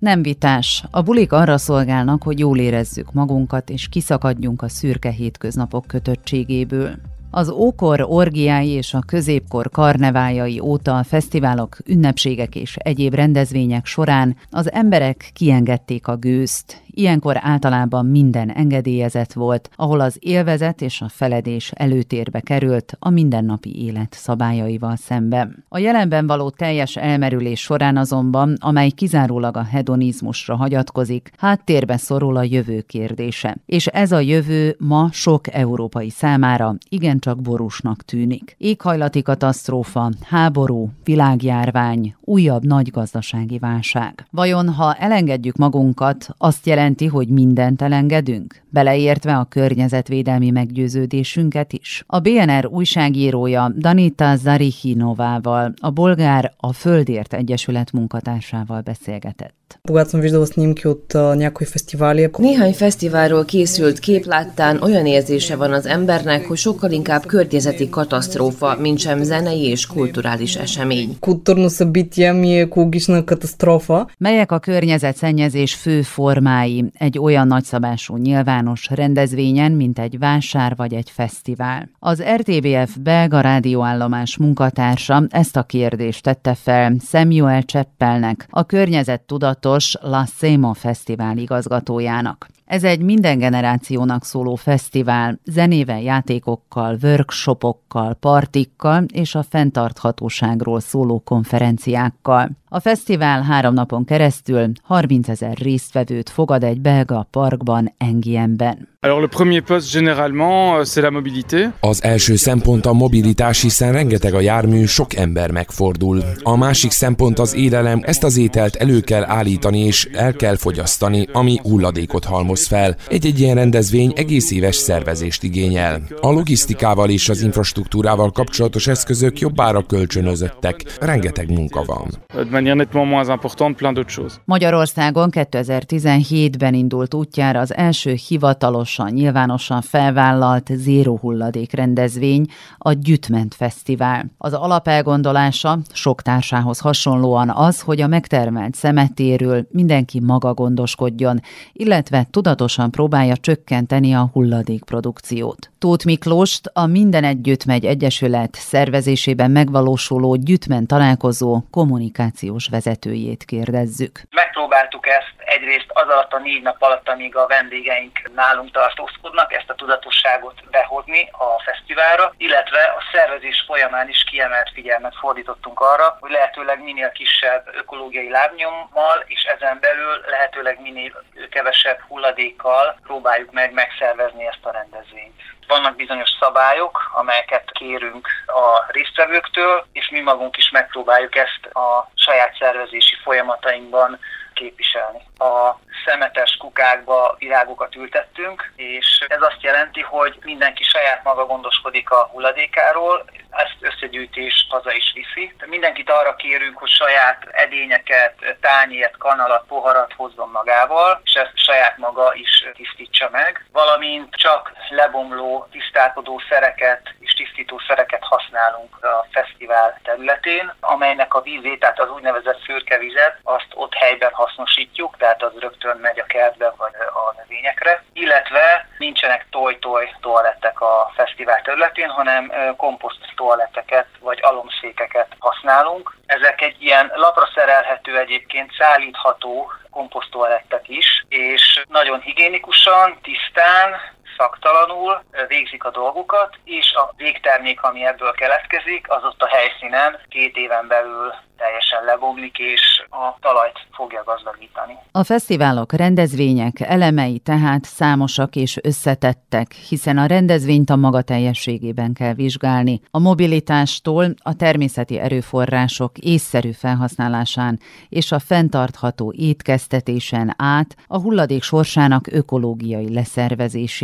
Nem vitás. A bulik arra szolgálnak, hogy jól érezzük magunkat, és kiszakadjunk a szürke hétköznapok kötöttségéből. Az ókor orgiái és a középkor karneváljai óta a fesztiválok, ünnepségek és egyéb rendezvények során az emberek kiengedték a gőzt. Ilyenkor általában minden engedélyezett volt, ahol az élvezet és a feledés előtérbe került a mindennapi élet szabályaival szemben. A jelenben való teljes elmerülés során azonban, amely kizárólag a hedonizmusra hagyatkozik, háttérbe szorul a jövő kérdése. És ez a jövő ma sok európai számára igencsak borúsnak tűnik. Éghajlati katasztrófa, háború, világjárvány, újabb nagy gazdasági válság. Vajon, ha elengedjük magunkat, azt jelenti, hogy mindent elengedünk? Beleértve a környezetvédelmi meggyőződésünket is. A BNR újságírója Danita Zarihinovával, a bolgár A Földért Egyesület munkatársával beszélgetett. Néhány fesztiválról készült kép láttán olyan érzése van az embernek, hogy sokkal inkább környezeti katasztrófa, mint sem zenei és kulturális esemény. Melyek a környezetszennyezés fő formái egy olyan nagyszabású nyilvános rendezvényen, mint egy vásár vagy egy fesztivál? Az RTBF belga rádióállomás munkatársa ezt a kérdést tette fel Samuel Cseppelnek, a környezettudatos La Sema fesztivál igazgatójának. Ez egy minden generációnak szóló fesztivál, zenével, játékokkal, workshopokkal, partikkal és a fenntarthatóságról szóló konferenciákkal. A fesztivál 3 napon keresztül 30 000 résztvevőt fogad egy belga parkban, Engienben. Az első szempont a mobilitás, hiszen rengeteg a jármű, sok ember megfordul. A másik szempont az élelem, ezt az ételt elő kell állítani és el kell fogyasztani, ami hulladékot halmoz fel. Egy ilyen rendezvény egész éves szervezést igényel. A logisztikával és az infrastruktúrával kapcsolatos eszközök jobbára kölcsönözöttek. Rengeteg munka van. Magyarországon 2017-ben indult útjára az első hivatalosan, nyilvánosan felvállalt zéró hulladék rendezvény, a Gyütment Fesztivál. Az alapelgondolása sok társához hasonlóan az, hogy a megtermelt szemetéről mindenki maga gondoskodjon, illetve tudatosan próbálja csökkenteni a hulladékprodukciót. Tóth Miklóst, a Minden Együtt Megy Egyesület szervezésében megvalósuló Gyütment találkozó kommunikációs vezetőjét kérdezzük. Megpróbáltuk ezt egyrészt az alatt a 4 nap alatt, amíg a vendégeink nálunk tartózkodnak, ezt a tudatosságot behozni a fesztiválra, illetve a szervezés folyamán is kiemelt figyelmet fordítottunk arra, hogy lehetőleg minél kisebb ökológiai lábnyommal, és ezen belül lehetőleg minél kevesebb hulladékkal próbáljuk meg megszervezni ezt a rendezvényt. Vannak bizonyos szabályok, amelyeket kérünk a résztvevőktől, és mi magunk is megpróbáljuk ezt a saját szervezési folyamatainkban képviselni. A szemetes kukákba virágokat ültettünk, és ez azt jelenti, hogy mindenki saját maga gondoskodik a hulladékáról, ezt összegyűjtés haza is viszi. Mindenkit arra kérünk, hogy saját edényeket, tányért, kanalat, poharat hozzon magával, és ezt saját maga is tisztítsa meg, valamint csak lebomló, tisztálkodó szereket és tisztító szereket használunk a fesztivál területén, amelynek a vízét, tehát az úgynevezett szürke vizet, azt ott helyben hasznosítjuk, tehát az rögtön megy a kertbe vagy a növényekre, illetve nincsenek toj-toj toalettek a fesztivál területén, hanem komposzt toaletteket vagy alomszékeket használunk. Ezek egy ilyen lapra szerelhető, egyébként szállítható komposztoalettek is, és nagyon higiénikusan, tisztán, szaktalanul végzik a dolgukat, és a végtermék, ami ebből keletkezik, az ott a helyszínen 2 éven belül teljesen lebomlik, és a talajt fogja gazdagítani. A fesztiválok, rendezvények elemei tehát számosak és összetettek, hiszen a rendezvényt a maga teljességében kell vizsgálni. A mobilitástól a természeti erőforrások észszerű felhasználásán és a fenntartható étkeztetésen át a hulladék sorsának ökológiai leszervezéséig.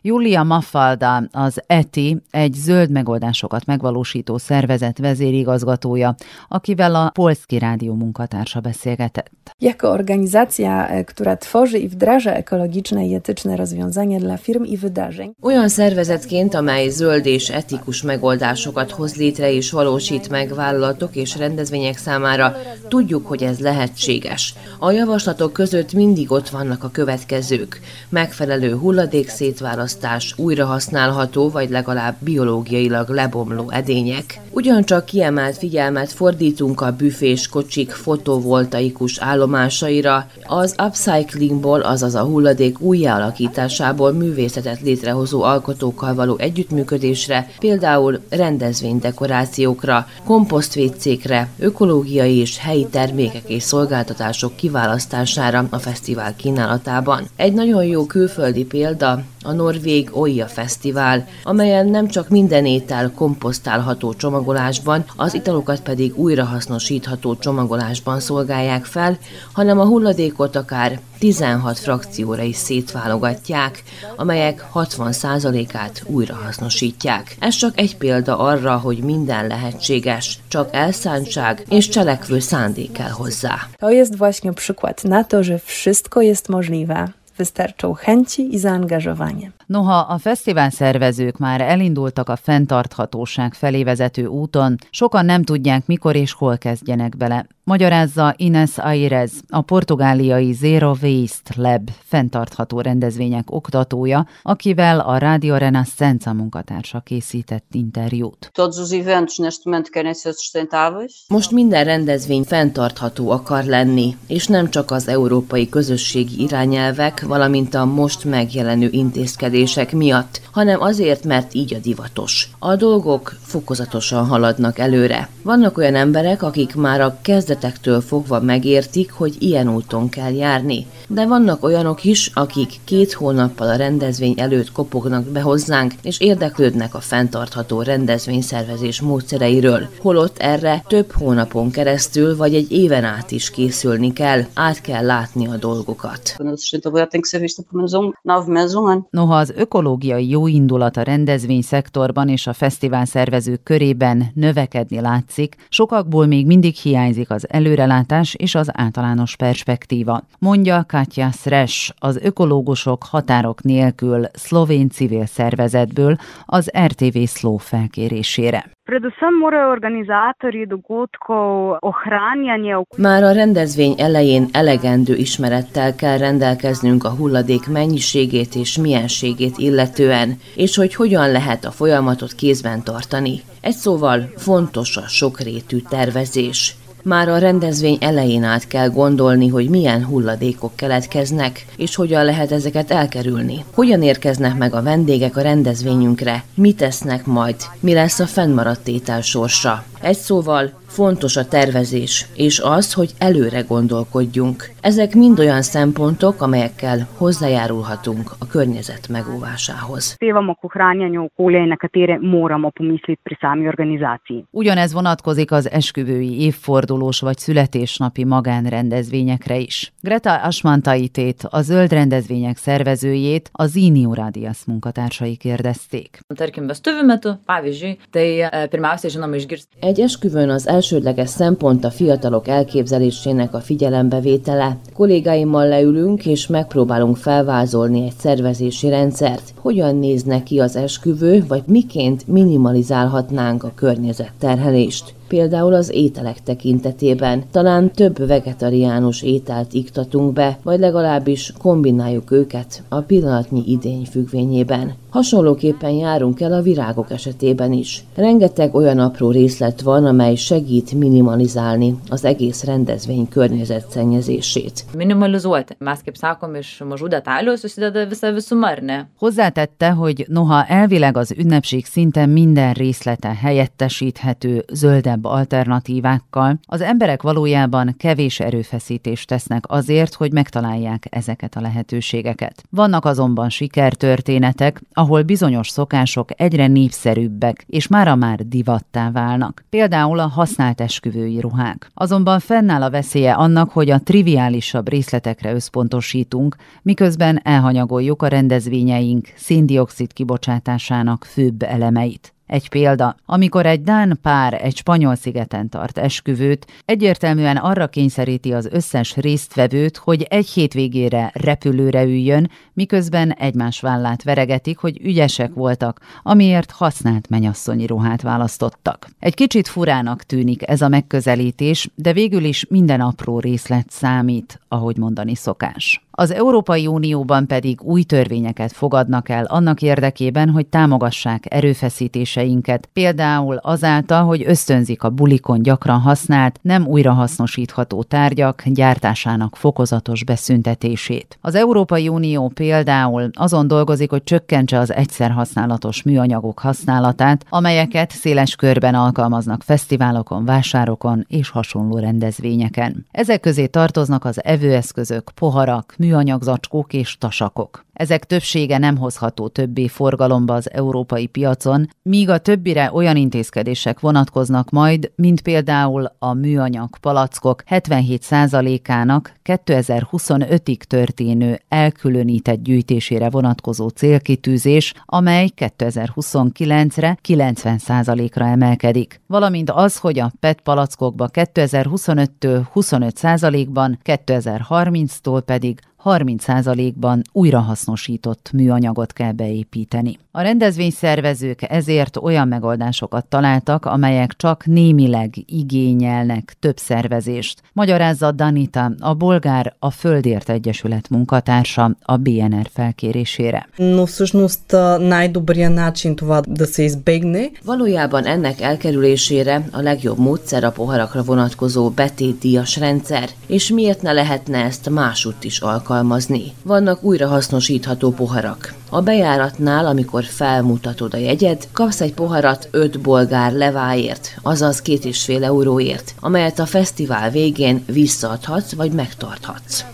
Julia Mafalda, az ETI, egy zöld megoldásokat megvalósító szervezet vezérigazgatója, akivel a Polski Rádió munkatársa beszélgetett. Jako organizacja, która tworzy i wdraża ekologiczne i etyczne rozwiązania dla firm i wydarzeń. Olyan szervezetként, amely zöld és etikus megoldásokat hoz létre és valósít meg vállalatok és rendezvények számára, tudjuk, hogy ez lehetséges. A javaslatok között mindig ott vannak a következők: megfelelő hulladékszétválasztás, újrahasználható vagy legalább biológiailag lebomló edények. Ugyancsak kiemelt figyelmet fordítunk a büfés kocsik fotovoltaikus állomásaira, az upcyclingból, azaz a hulladék újjáalakításából művészetet létrehozó alkotókkal való együttműködésre, például rendezvénydekorációkra, komposztvécékre, ökológiai és helyi termékek és szolgáltatások kiválasztására a fesztivál kínálatában. Egy nagyon jó külföldi példa a norvég Oya Fesztivál, amelyen nem csak minden étel komposztálható csomagolásban, az italokat pedig újrahasznosítható csomagolásban szolgálják fel, hanem a hulladékot akár 16 frakcióra is szétválogatják, amelyek 60%-át újrahasznosítják. Ez csak egy példa arra, hogy minden lehetséges, csak elszántság és cselekvő szándék kell hozzá. To jest właśnie przykład na to, że wszystko jest możliwe. Wystarczą chęci i zaangażowanie. Noha a fesztivál szervezők már elindultak a fenntarthatóság felé vezető úton, sokan nem tudják, mikor és hol kezdjenek bele. Magyarázza Inés Aires, a portugáliai Zero Waste Lab fenntartható rendezvények oktatója, akivel a Rádio Renascença munkatársa készített interjút. Most minden rendezvény fenntartható akar lenni, és nem csak az európai közösségi irányelvek, valamint a most megjelenő intézkedések miatt, hanem azért, mert így a divatos. A dolgok fokozatosan haladnak előre. Vannak olyan emberek, akik már a kezdetektől fogva megértik, hogy ilyen úton kell járni. De vannak olyanok is, akik 2 hónappal a rendezvény előtt kopognak be hozzánk, és érdeklődnek a fenntartható rendezvényszervezés módszereiről, holott erre több hónapon keresztül vagy egy éven át is készülni kell, át kell látni a dolgokat. Noha az ökológiai jóindulat a rendezvényszektorban és a fesztivál szervezők körében növekedni látszik, sokakból még mindig hiányzik az előrelátás és az általános perspektíva, mondja Katja Sres, az Ökológusok Határok Nélkül szlovén civil szervezetből az RTV Slow felkérésére. Már a rendezvény elején elegendő ismerettel kell rendelkeznünk a hulladék mennyiségét és mienségét illetően, és hogy hogyan lehet a folyamatot kézben tartani. Egy szóval fontos a sokrétű tervezés. Már a rendezvény elején át kell gondolni, hogy milyen hulladékok keletkeznek, és hogyan lehet ezeket elkerülni. Hogyan érkeznek meg a vendégek a rendezvényünkre, mit tesznek majd, mi lesz a fennmaradt étel sorsa. Egy szóval fontos a tervezés, és az, hogy előre gondolkodjunk. Ezek mind olyan szempontok, amelyekkel hozzájárulhatunk a környezet megóvásához. Ugyanez vonatkozik az esküvői évfordulós vagy születésnapi magánrendezvényekre is. Greta Asmantaitét, a zöld rendezvények szervezőjét, a Ziniu Radias munkatársai kérdezték. Egy esküvőn az elsődleges szempont a fiatalok elképzelésének a figyelembevétele. Kollégáimmal leülünk és megpróbálunk felvázolni egy szervezési rendszert. Hogyan néz neki az esküvő, vagy miként minimalizálhatnánk a környezetterhelést. Például az ételek tekintetében. Talán több vegetariánus ételt iktatunk be, vagy legalábbis kombináljuk őket a pillanatnyi idény függvényében. Hasonlóképpen járunk el a virágok esetében is. Rengeteg olyan apró részlet van, amely segít minimalizálni az egész rendezvény környezetszennyezését. Hozzátette, hogy noha elvileg az ünnepség szinten minden részlete helyettesíthető zöldebb alternatívákkal, az emberek valójában kevés erőfeszítést tesznek azért, hogy megtalálják ezeket a lehetőségeket. Vannak azonban sikertörténetek, ahol bizonyos szokások egyre népszerűbbek, és mára már divattá válnak. Például a használt esküvői ruhák. Azonban fennáll a veszélye annak, hogy a triviálisabb részletekre összpontosítunk, miközben elhanyagoljuk a rendezvényeink szén-dioxid kibocsátásának főbb elemeit. Egy példa, amikor egy dán pár egy spanyol szigeten tart esküvőt, egyértelműen arra kényszeríti az összes résztvevőt, hogy egy hétvégére repülőre üljön, miközben egymás vállát veregetik, hogy ügyesek voltak, amiért használt mennyasszonyi ruhát választottak. Egy kicsit furának tűnik ez a megközelítés, de végül is minden apró részlet számít, ahogy mondani szokás. Az Európai Unióban pedig új törvényeket fogadnak el annak érdekében, hogy támogassák erőfeszítéseinket, például azáltal, hogy ösztönzik a bulikon gyakran használt, nem újrahasznosítható tárgyak gyártásának fokozatos beszüntetését. Az Európai Unió például azon dolgozik, hogy csökkentse az egyszerhasználatos műanyagok használatát, amelyeket széles körben alkalmaznak fesztiválokon, vásárokon és hasonló rendezvényeken. Ezek közé tartoznak az evőeszközök, poharak, műanyagzacskók és tasakok. Ezek többsége nem hozható többé forgalomba az európai piacon, míg a többire olyan intézkedések vonatkoznak majd, mint például a műanyag palackok 77%-ának 2025-ig történő elkülönített gyűjtésére vonatkozó célkitűzés, amely 2029-re 90%-ra emelkedik. Valamint az, hogy a PET palackokba 2025-től 25%-ban, 2030-tól pedig 30%-ban újrahasznosított műanyagot kell beépíteni. A rendezvényszervezők ezért olyan megoldásokat találtak, amelyek csak némileg igényelnek több szervezést. Magyarázza Danita, a bolgár a Földért Egyesület munkatársa a BNR felkérésére. Valójában ennek elkerülésére a legjobb módszer a poharakra vonatkozó betétdíjas rendszer, és miért ne lehetne ezt másútt is alkalmazni. Vannak újrahasznosítható poharak. A bejáratnál, amikor felmutatod a jegyed, kapsz egy poharat 5 bolgár leváért, azaz 2,5 euróért, amelyet a fesztivál végén visszaadhatsz vagy megtarthatsz.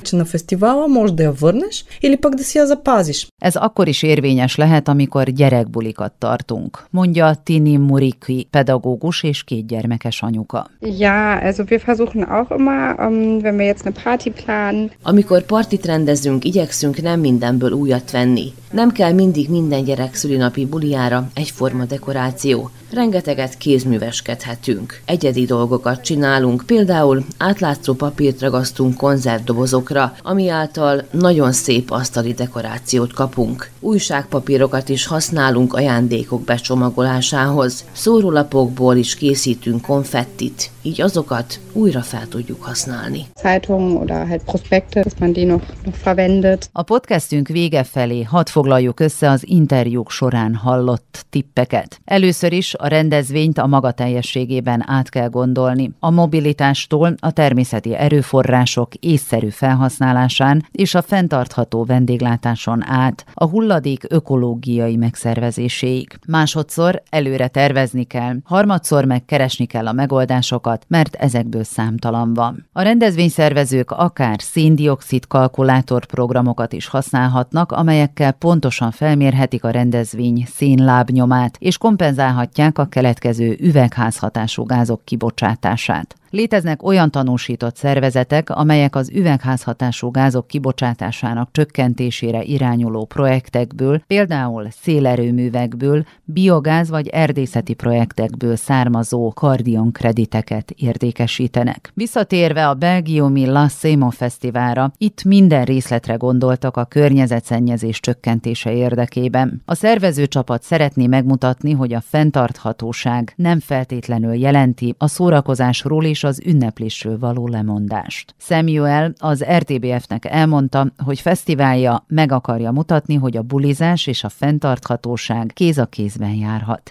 Ez akkor is érvényes lehet, amikor gyerekbulikat tartunk, mondja Tini Muriki, pedagógus és 2 gyermekes anyuka. Ja, also wir versuchen auch immer, wenn wir jetzt eine Party planen. Amikor partit rendezünk, igyekszünk nem mindenből újat venni. Nem kell mindig minden gyerek szülinapi bulijára egyforma dekoráció. Rengeteget kézműveskedhetünk. Egyedi dolgokat csinálunk, például átlátszó papírt ragasztunk konzervdobozokra, ami által nagyon szép asztali dekorációt kapunk. Újságpapírokat is használunk ajándékok becsomagolásához. Szórólapokból is készítünk konfettit, így azokat újra fel tudjuk használni. Zeitungen oder halt Prospekte, dass man die noch verwendet. A podcastünk vége felé hadd foglaljuk össze az interjúk során hallott tippeket. Először is a rendezvényt a maga teljességében át kell gondolni. A mobilitástól a természeti erőforrások észszerű felhasználásán és a fenntartható vendéglátáson át a hulladék ökológiai megszervezéséig. Másodszor előre tervezni kell, harmadszor meg keresni kell a megoldásokat, mert ezekből számtalan van. A rendezvényszervezők akár szén-dioxid kalkulátorprogramokat is használhatnak, amelyekkel pontosan felmérhetik a rendezvény szénlábnyomát, és kompenzálhatják a keletkező üvegházhatású gázok kibocsátását. Léteznek olyan tanúsított szervezetek, amelyek az üvegházhatású gázok kibocsátásának csökkentésére irányuló projektekből, például szélerőművekből, biogáz vagy erdészeti projektekből származó karbon-krediteket értékesítenek. Visszatérve a belgiumi La Semo fesztiválra, itt minden részletre gondoltak a környezetszennyezés csökkentése érdekében. A szervezőcsapat szeretné megmutatni, hogy a fenntarthatóság nem feltétlenül jelenti a szórakozásról és az ünneplésről való lemondást. Samuel az RTBF-nek elmondta, hogy fesztiválja meg akarja mutatni, hogy a bulizás és a fenntarthatóság kéz a kézben járhat.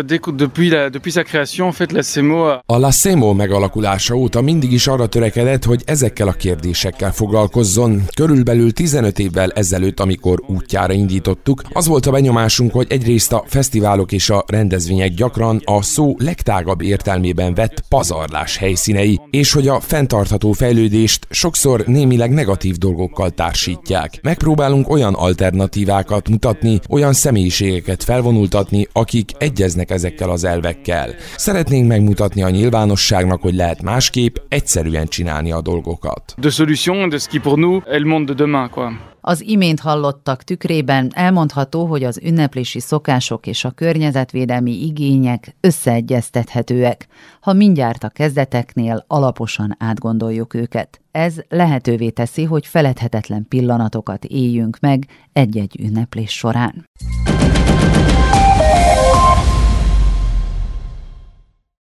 A La Semo megalakulása óta mindig is arra törekedett, hogy ezekkel a kérdésekkel foglalkozzon. Körülbelül 15 évvel ezelőtt, amikor útjára indítottuk, az volt a benyomásunk, hogy egyrészt a fesztiválok és a rendezvények gyakran a szó legtágabb értelmében vett pazarlás helyszínei, és hogy a fenntartható fejlődést sokszor némileg negatív dolgokkal társítják. Megpróbálunk olyan alternatívákat mutatni, olyan személyiségeket felvonultatni, akik egyeznek ezekkel az elvekkel. Szeretnénk megmutatni a nyilvánosságnak, hogy lehet másképp egyszerűen csinálni a dolgokat. De solution de ce qui pour nous est le monde de demain, quoi. Az imént hallottak tükrében elmondható, hogy az ünneplési szokások és a környezetvédelmi igények összeegyeztethetőek, ha mindjárt a kezdeteknél alaposan átgondoljuk őket. Ez lehetővé teszi, hogy feledhetetlen pillanatokat éljünk meg egy-egy ünneplés során.